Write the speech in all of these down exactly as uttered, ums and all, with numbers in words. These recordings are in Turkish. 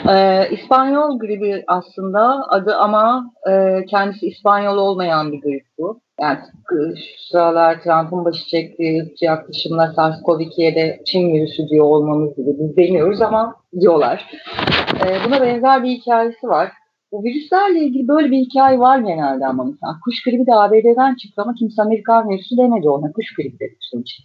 Ee, İspanyol gribi aslında adı ama e, kendisi İspanyol olmayan bir grip bu. Yani tıpkı şu sıralar Trump'ın başı çektiği ırkçı yaklaşımla SARS-CoV ikiye de Çin virüsü diyor olmamız gibi. Biz demiyoruz ama diyorlar. Ee, buna benzer bir hikayesi var. Bu virüslerle ilgili böyle bir hikaye var genelde ama mesela. Kuş gribi de A B D'den çıktı ama kimse Amerikan virüsü demedi ona. Kuş gribi dedi sonuçta.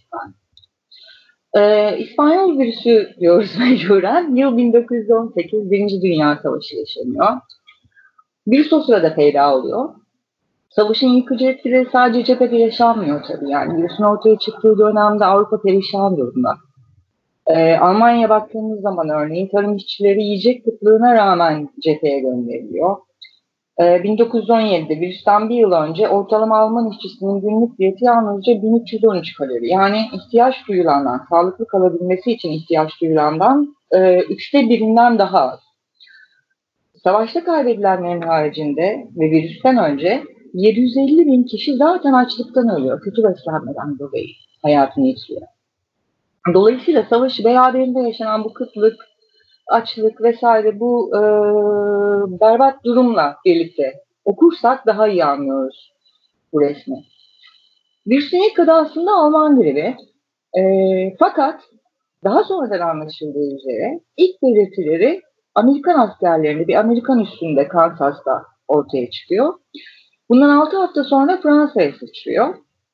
Ee, İspanyol virüsü diyoruz mecburen. Yıl bin dokuz yüz on sekiz, Birinci Dünya Savaşı yaşanıyor. Virüs o sırada peyda oluyor. Savaşın yıkıcı etkileri sadece cephede yaşanmıyor tabii. Yani virüsün ortaya çıktığı dönemde Avrupa perişan durumda. Ee, Almanya'ya baktığımız zaman örneğin tarım işçileri yiyecek kıtlığına rağmen cepheye gönderiliyor. Ee, bin dokuz yüz on yedide virüsten bir yıl önce ortalama Alman işçisinin günlük diyeti yalnızca bin üç yüz on üç kalori. Yani ihtiyaç duyulandan, sağlıklı kalabilmesi için ihtiyaç duyulandan e, üçte birinden daha az. Savaşta kaybedilenlerin haricinde ve virüsten önce yedi yüz elli bin kişi zaten açlıktan ölüyor. Kötü beslenmeden dolayı hayatını yitiriyor. Dolayısıyla savaşı beraberinde yaşanan bu kıtlık, açlık vesaire bu e, berbat durumla birlikte okursak daha iyi anlıyoruz bu resmi. Virüsün ilk adı aslında Alman gribi. E, fakat daha sonradan anlaşıldığı üzere ilk belirtileri Amerikan askerlerinde bir Amerikan üssünde Kansas'ta ortaya çıkıyor. Bundan altı hafta sonra Fransa'ya sıçrıyor.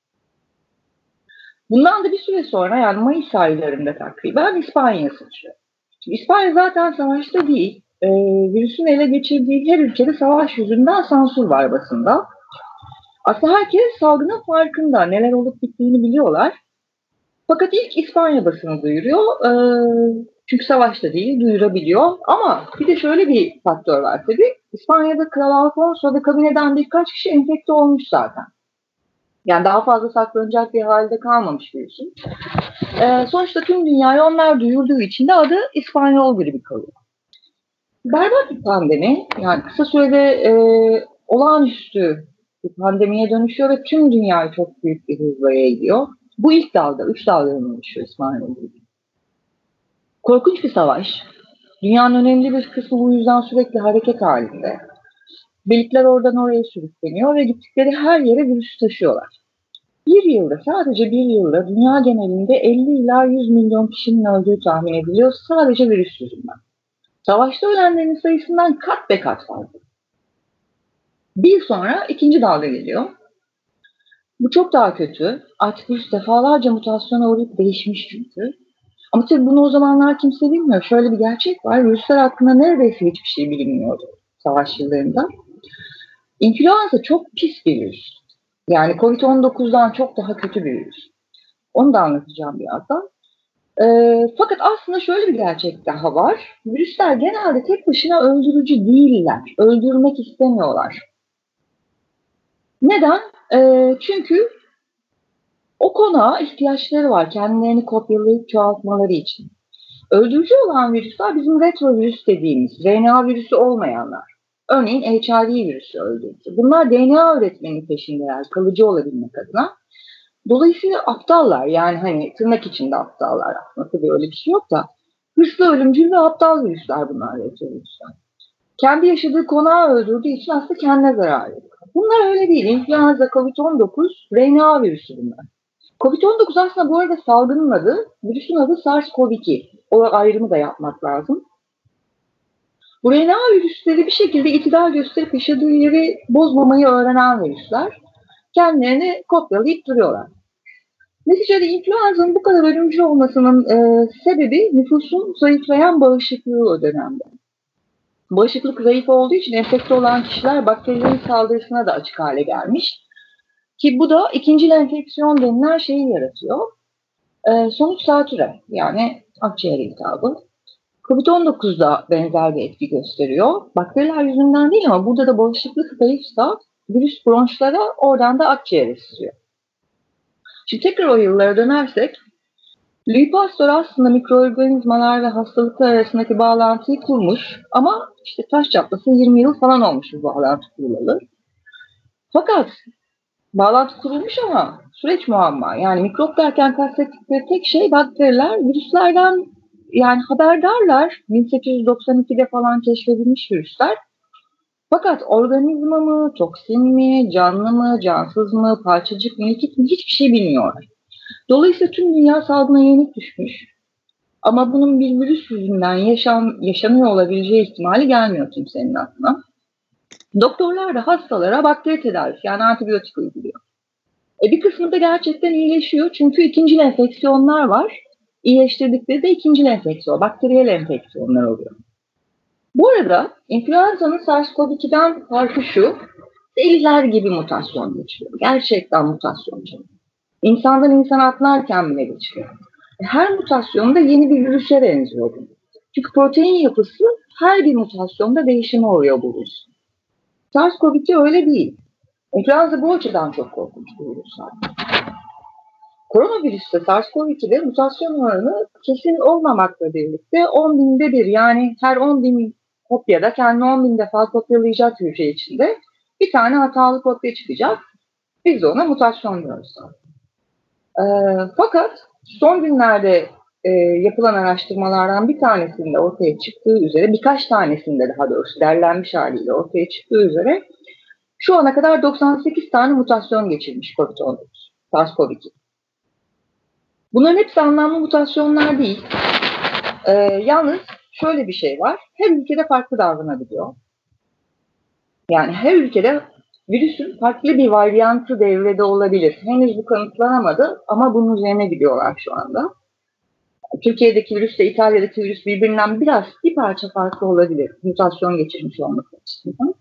Bundan da bir süre sonra yani Mayıs aylarında takriben İspanya'ya sıçrıyor. Şimdi İspanya zaten savaşta değil. E, virüsün ele geçirdiği her ülkede savaş yüzünden sansür var basında. Aslında herkes salgının farkında. Neler olup bittiğini biliyorlar. Fakat ilk İspanya basını duyuruyor. E, çünkü savaşta değil, duyurabiliyor. Ama bir de şöyle bir faktör var tabii. İspanya'da Kral Alfonso ve kabineden birkaç kişi enfekte olmuş zaten. Yani daha fazla saklanacak bir halde kalmamış virüsün. E, sonuçta tüm dünyayı onlar duyurduğu için de adı İspanyol gribi kalıyor. Berbat bir pandemi. Yani kısa sürede e, olağanüstü bir pandemiye dönüşüyor ve tüm dünyayı çok büyük bir hızla yayılıyor. Bu ilk dalga, üç dalgadan oluşuyor İspanyol gribi. Korkunç bir savaş. Dünyanın önemli bir kısmı bu yüzden sürekli hareket halinde. Birlikler oradan oraya sürükleniyor ve gittikleri her yere virüs taşıyorlar. Bir yılda, sadece bir yılda dünya genelinde elli ila yüz milyon kişinin öldüğü tahmin ediliyor sadece virüs yüzünden. Savaşta ölenlerin sayısından kat be kat fazla. Bir yıl sonra ikinci dalga geliyor. Bu çok daha kötü. Artık virüs defalarca mutasyona uğrayıp değişmiş çünkü. Ama tabii bunu o zamanlar kimse bilmiyor. Şöyle bir gerçek var. Virüsler hakkında neredeyse hiçbir şey bilinmiyordu savaş yıllarında. İnfluenza çok pis bir virüs. Yani kovid on dokuzdan çok daha kötü bir virüs. Onu da anlatacağım birazdan. E, fakat aslında şöyle bir gerçek daha var. Virüsler genelde tek başına öldürücü değiller. Öldürmek istemiyorlar. Neden? E, çünkü o konuğa ihtiyaçları var. Kendilerini kopyalayıp çoğaltmaları için. Öldürücü olan virüsler bizim retrovirüs dediğimiz R N A virüsü olmayanlar. Örneğin H I V virüsü öldürücü. Bunlar D N A üretmenin peşindeler kalıcı olabilmek adına. Dolayısıyla aptallar, yani hani tırnak içinde aptallar, aslında tabii öyle bir şey yok da hırslı, ölümcül ve aptal virüsler bunlar, retrovirüsler. Kendi yaşadığı konağı öldürdüğü için aslında kendine zarar ediyor. Bunlar öyle değil. İnfluenza, kovid on dokuz, R N A virüsü bunlar. kovid on dokuz aslında bu arada salgının adı, virüsün adı SARS-CoV iki. O ayrımı da yapmak lazım. Bu R N A virüsleri bir şekilde iktidar gösterip yaşadığı yeri bozmamayı öğrenen virüsler. Kendilerini kopyalayıp duruyorlar. Neticede influenza'nın bu kadar ölümcül olmasının e, sebebi nüfusun zayıflayan bağışıklığı o dönemde. Bağışıklık zayıf olduğu için enfekte olan kişiler bakterilerin saldırısına da açık hale gelmiş. Ki bu da ikincil enfeksiyon denilen şeyi yaratıyor. E, sonuç zatürre, yani akciğer iltihabı. kovid on dokuzda benzer bir etki gösteriyor. Bakteriler yüzünden değil ama burada da bağışıklık zayıfsa virüs bronşlara, oradan da akciğere sızıyor. Şimdi tekrar o yıllara dönersek, Louis Pasteur aslında mikroorganizmalar ve hastalıklar arasındaki bağlantıyı kurmuş ama işte taş çatlasın yirmi yıl falan olmuş bu bağlantı kurulalı. Fakat bağlantı kurulmuş ama süreç muamma. Yani mikrop derken kastettikleri tek şey bakteriler, virüslerden yani haberdarlar bin sekiz yüz doksan ikide falan keşfedilmiş virüsler. Fakat organizma mı, toksin mi, canlı mı, cansız mı, parçacık mı, likit mi hiçbir şey bilmiyorlar. Dolayısıyla tüm dünya salgına yenik düşmüş. Ama bunun bir virüs yüzünden yaşam, yaşanıyor olabileceği ihtimali gelmiyor kimsenin aklına. Doktorlar da hastalara bakteri tedavisi yani antibiyotik uyguluyor. E bir kısmı da gerçekten iyileşiyor çünkü ikincil enfeksiyonlar var. İyileştirdikleri de ikincil enfeksiyon, bakteriyel enfeksiyonlar oluyor. Bu arada influenza'nın SARS-CoV iki'den farkı şu, deliler gibi mutasyon geçiriyor. Gerçekten mutasyon geçiriyor. İnsandan insana atlarken bile geçiriyor. Her mutasyonda yeni bir virüse benziyor bu. Çünkü protein yapısı her bir mutasyonda değişime uğruyor bu virüs. SARS-CoV iki öyle değil. İnfluenza bu açıdan çok korkunç bir virüs. Koronavirüste SARS-CoV iki'de mutasyon oranı kesin olmamakla birlikte on binde bir yani her on bin kopyada kendini on bin defa kopyalayacak hücre içinde bir tane hatalı kopya çıkacak. Biz de ona mutasyon diyoruz. E, fakat son günlerde e, yapılan araştırmalardan bir tanesinde ortaya çıktığı üzere, birkaç tanesinde daha doğrusu derlenmiş haliyle ortaya çıktığı üzere şu ana kadar doksan sekiz tane mutasyon geçirmiş COVID on dokuz, SARS-CoV iki. Bunların hepsi anlamlı mutasyonlar değil. Ee, yalnız şöyle bir şey var. Her ülkede farklı davranabiliyor. Yani her ülkede virüsün farklı bir varyantı devrede olabilir. Henüz bu kanıtlanamadı ama bunun üzerine gidiyorlar şu anda. Türkiye'deki virüsle İtalya'daki virüs birbirinden biraz bir parça farklı olabilir. Mutasyon geçirmiş olmak açısından.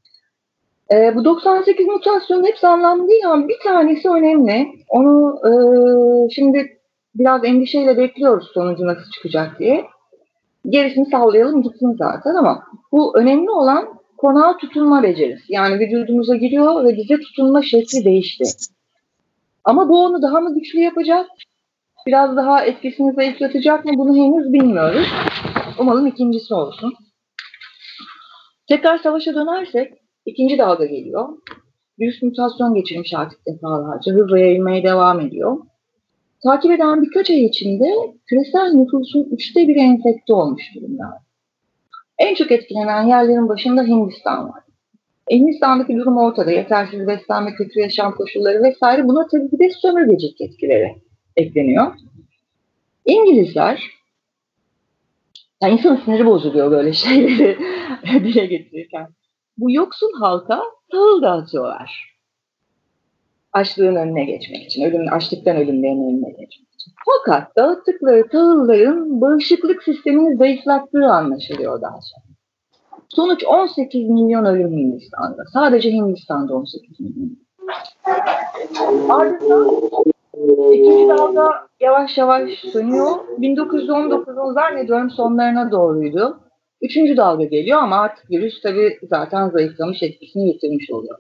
Ee, bu doksan sekiz mutasyon hepsi anlamlı değil ama bir tanesi önemli. Onu e, şimdi biraz endişeyle bekliyoruz sonucu nasıl çıkacak diye. Gerisini sallayalım gitsin zaten ama bu önemli olan konağa tutunma becerisi. Yani vücudumuza giriyor ve bize tutunma şekli değişti. Ama bu onu daha mı güçlü yapacak? Biraz daha etkisini zayıflatacak mı? Bunu henüz bilmiyoruz. Umalım ikincisi olsun. Tekrar savaşa dönersek ikinci dalga geliyor. Virüs mutasyon geçirmiş artık defalarca. Hızla yayılmaya devam ediyor. Takip eden birkaç ay içinde küresel nüfusun üçte biri enfekte olmuş durumda. En çok etkilenen yerlerin başında Hindistan var. Hindistan'daki durum ortada. Yetersiz beslenme, kötü yaşam koşulları vesaire. Buna tabii bir de sömürgecilik etkileri ekleniyor. İngilizler, yani insanın siniri bozuluyor böyle şeyleri dile getirirken. Bu yoksul halka tahıl dağıtıyorlar. Açlığın önüne geçmek için, ölüm, açlıktan ölümlerin önüne geçmek için. Fakat dağıttıkları tahılların bağışıklık sistemini zayıflattığı anlaşılıyor daha sonra. Sonuç on sekiz milyon ölüm Hindistan'da. Sadece Hindistan'da on sekiz milyon. Ardından ikinci dalga yavaş yavaş sönüyor. bin dokuz yüz on dokuzun zannediyorum sonlarına doğruydu. Üçüncü dalga geliyor ama artık virüs tabii zaten zayıflamış, etkisini yitirmiş oluyor.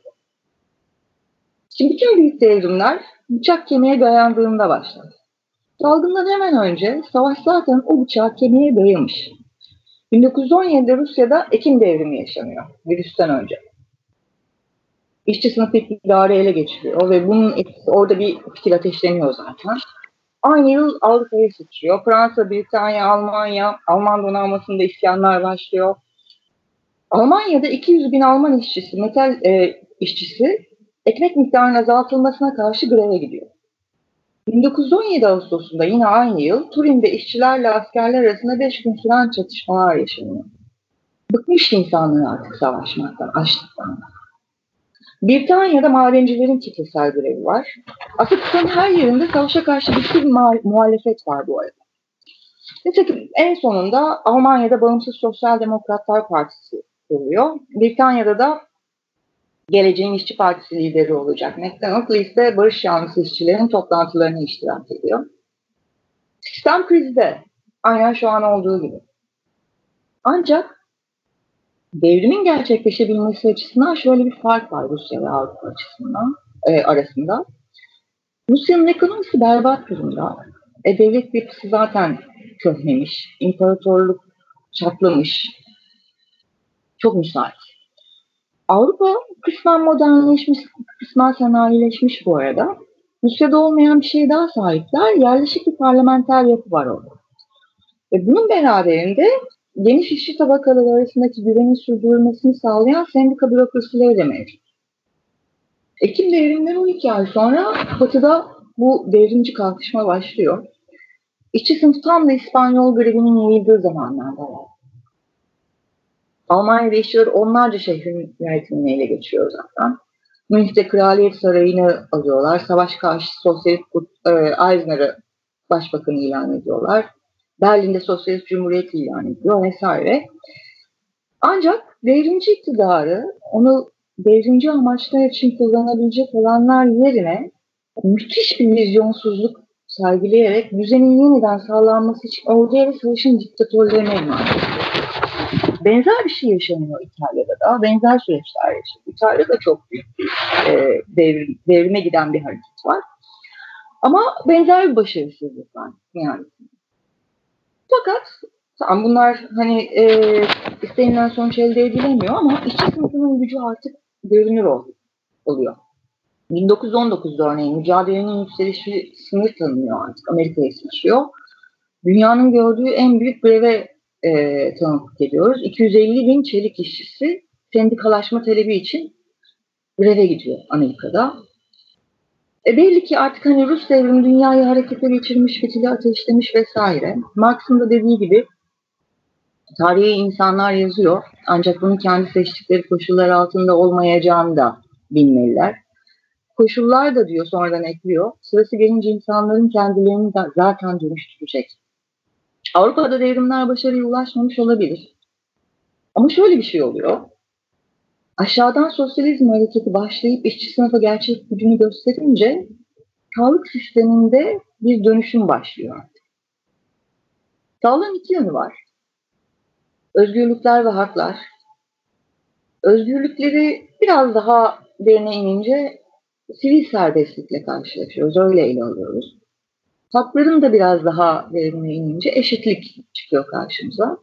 Şimdi bütün büyük devrimler bıçak kemiğe dayandığında başladı. Salgından hemen önce savaş zaten o bıçağı kemiğe dayamış. bin dokuz yüz on yedide Rusya'da Ekim devrimi yaşanıyor virüsten önce. İşçi sınıfı iktidarı ele geçiriyor ve bunun etkisi, orada bir fitil ateşleniyor zaten. Aynı yıl Avrupa'ya sıçrıyor. Fransa, Britanya, Almanya, Alman donanmasında isyanlar başlıyor. Almanya'da iki yüz bin Alman işçisi, metal e, işçisi ekmek miktarının azaltılmasına karşı greve gidiyor. bin dokuz yüz on yedi Ağustos'unda yine aynı yıl Turin'de işçilerle askerler arasında beş gün süren çatışmalar yaşanıyor. Bıkmış insanlar artık savaşmaktan, açlıktan. Britanya'da madencilerin kitlesel grevi var. Afrika'nın her yerinde savaşa karşı güçlü bir muhalefet var bu arada. Nitekim en sonunda Almanya'da Bağımsız Sosyal Demokratlar Partisi oluyor. Britanya'da da Geleceğin İşçi Partisi lideri olacak McDonnell ise barış yanlısı işçilerin toplantılarına iştirak ediyor. Sistem krizde, aynen şu an olduğu gibi. Ancak devrimin gerçekleşebilmesi açısından şöyle bir fark var Rusya ve Avrupa açısından e, arasında. Rusya'nın ekonomisi berbat durumda. E, devlet yapısı zaten köhnemiş, imparatorluk çatlamış, çok müsait. Avrupa kısmen modernleşmiş, kısmen sanayileşmiş bu arada. Rusya'da olmayan bir şey daha sahipler. Yerleşik bir parlamenter yapı var orada. Ve bunun beraberinde geniş işçi tabakaları arasındaki güvenin sürdürülmesini sağlayan sendika bürokrasileri de mevcut. Ekim devriminden on iki ay sonra Batı'da bu devrimci kalkışma başlıyor. İşçi sınıf tam da İspanyol grevinin yayıldığı zamanlarda var. Almanya'da işçiler onlarca şehrin yönetimini ele geçiyor zaten. Münih'te Kraliyet Sarayı'nı alıyorlar. Savaş karşıtı Sosyalist e, Eisenhower'ı başbakan ilan ediyorlar. Berlin'de Sosyalist Cumhuriyet ilan ediyor vesaire. Ancak devrimci iktidarı onu devrimci amaçlar için kullanabilecek olanlar yerine müthiş bir vizyonsuzluk sergileyerek düzenin yeniden sağlanması için orduya ve savaşın diktatörlerine emanet ediyor. Benzer bir şey yaşanıyor İtalya'da da. Benzer süreçler yaşanıyor. İtalya'da çok büyük bir e, devrim, devrime giden bir hareket var. Ama benzer bir başarısızlık var. Yani. Fakat tamam, bunlar hani e, istenilen sonuç elde edilemiyor ama işçi sınıfının gücü artık görünür oluyor. bin dokuz yüz on dokuzda örneğin mücadelenin yükselişi sınır tanımıyor artık. Amerika'ya sıçrıyor. Dünyanın gördüğü en büyük greve e, tanıklık ediyoruz. iki yüz elli bin çelik işçisi sendikalaşma talebi için greve gidiyor Amerika'da. E belli ki artık hani Rus devrimi dünyayı harekete geçirmiş, fitili ateşlemiş vesaire. Marx'ın da dediği gibi tarihi insanlar yazıyor. Ancak bunun kendi seçtikleri koşullar altında olmayacağını da bilmeliler. Koşullar da diyor, sonradan ekliyor, sırası gelince insanların kendilerini de zaten dönüştürecek. Avrupa'da devrimler başarıya ulaşmamış olabilir. Ama şöyle bir şey oluyor. Aşağıdan sosyalizm hareketi başlayıp işçi sınıfa gerçek gücünü gösterince sağlık sisteminde bir dönüşüm başlıyor. Sağlığın iki yönü var. Özgürlükler ve haklar. Özgürlükleri biraz daha derine inince sivil serbestlikle karşılaşıyoruz. Öyle ele alıyoruz. Hakların da biraz daha derine inince eşitlik çıkıyor karşımıza.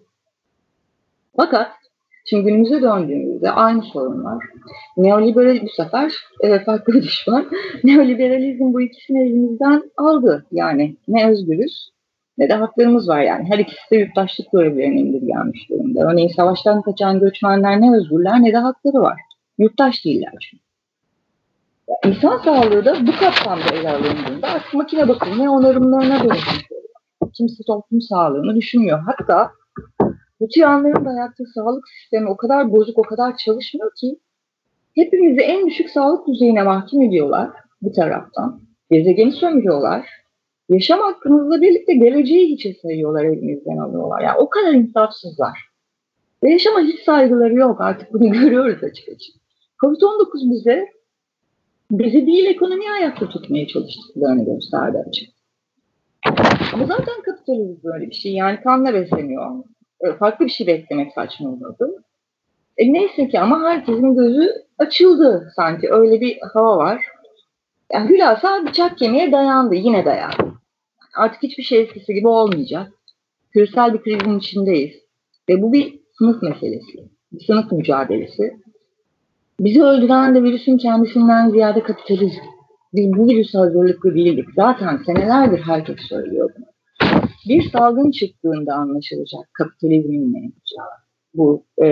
Fakat şimdi günümüze döndüğümüzde aynı sorun var. Neoliberal bu sefer evet, farklı bir düşman. Neoliberalizm bu ikisini elimizden aldı. Yani ne özgürüz ne de haklarımız var yani. Her ikisi de yurttaşlık görevlerine indirgenmiş durumda. Örneğin savaştan kaçan göçmenler ne özgürler ne de hakları var. Yurttaş değiller çünkü. Yani İnsan sağlığı da bu kapsamda ele alındığında artık makine bakımı ve onarımlarına dönüşmüş oluyor. Kimse toplum sağlığını düşünmüyor. Hatta bu tiranların dayattığı sağlık sistemi o kadar bozuk, o kadar çalışmıyor ki hepimizi en düşük sağlık düzeyine mahkum ediyorlar bir taraftan. Gezegeni sömürüyorlar. Yaşam hakkımızla birlikte geleceği hiçe sayıyorlar, elimizden alıyorlar. Yani o kadar insafsızlar. Ve yaşama hiç saygıları yok. Artık bunu görüyoruz açık açık. kovid on dokuz bize bizi değil ekonomiyi ayakta tutmaya çalıştıklarını gösterdi açık. Ama zaten kapitalizm böyle bir şey. Yani kanla besleniyor. Farklı bir şey beklemek saçma olurdu. E neyse ki ama herkesin gözü açıldı sanki. Öyle bir hava var. Yani hülasa bıçak kemiğe dayandı. Yine dayandı. Artık hiçbir şey eskisi gibi olmayacak. Küresel bir krizin içindeyiz. Ve bu bir sınıf meselesi. Bir sınıf mücadelesi. Bizi öldüren de virüsün kendisinden ziyade kapitalizm. Biz bu virüse hazırlıklı değildik. Zaten senelerdir herkes söylüyor bunu. Bir salgın çıktığında anlaşılacak kapitalizmin ne yapacağı. Bu e,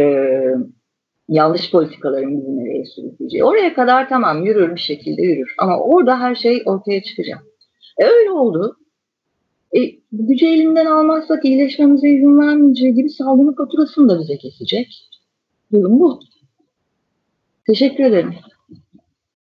yanlış politikaların bizi nereye sürükleyeceği. Oraya kadar tamam, yürür bir şekilde yürür. Ama orada her şey ortaya çıkacak. E öyle oldu. E, gücü elinden almazsak iyileşmemize izin vermeyeceği gibi salgının faturasını da bize kesecek. Durum bu. Teşekkür ederim.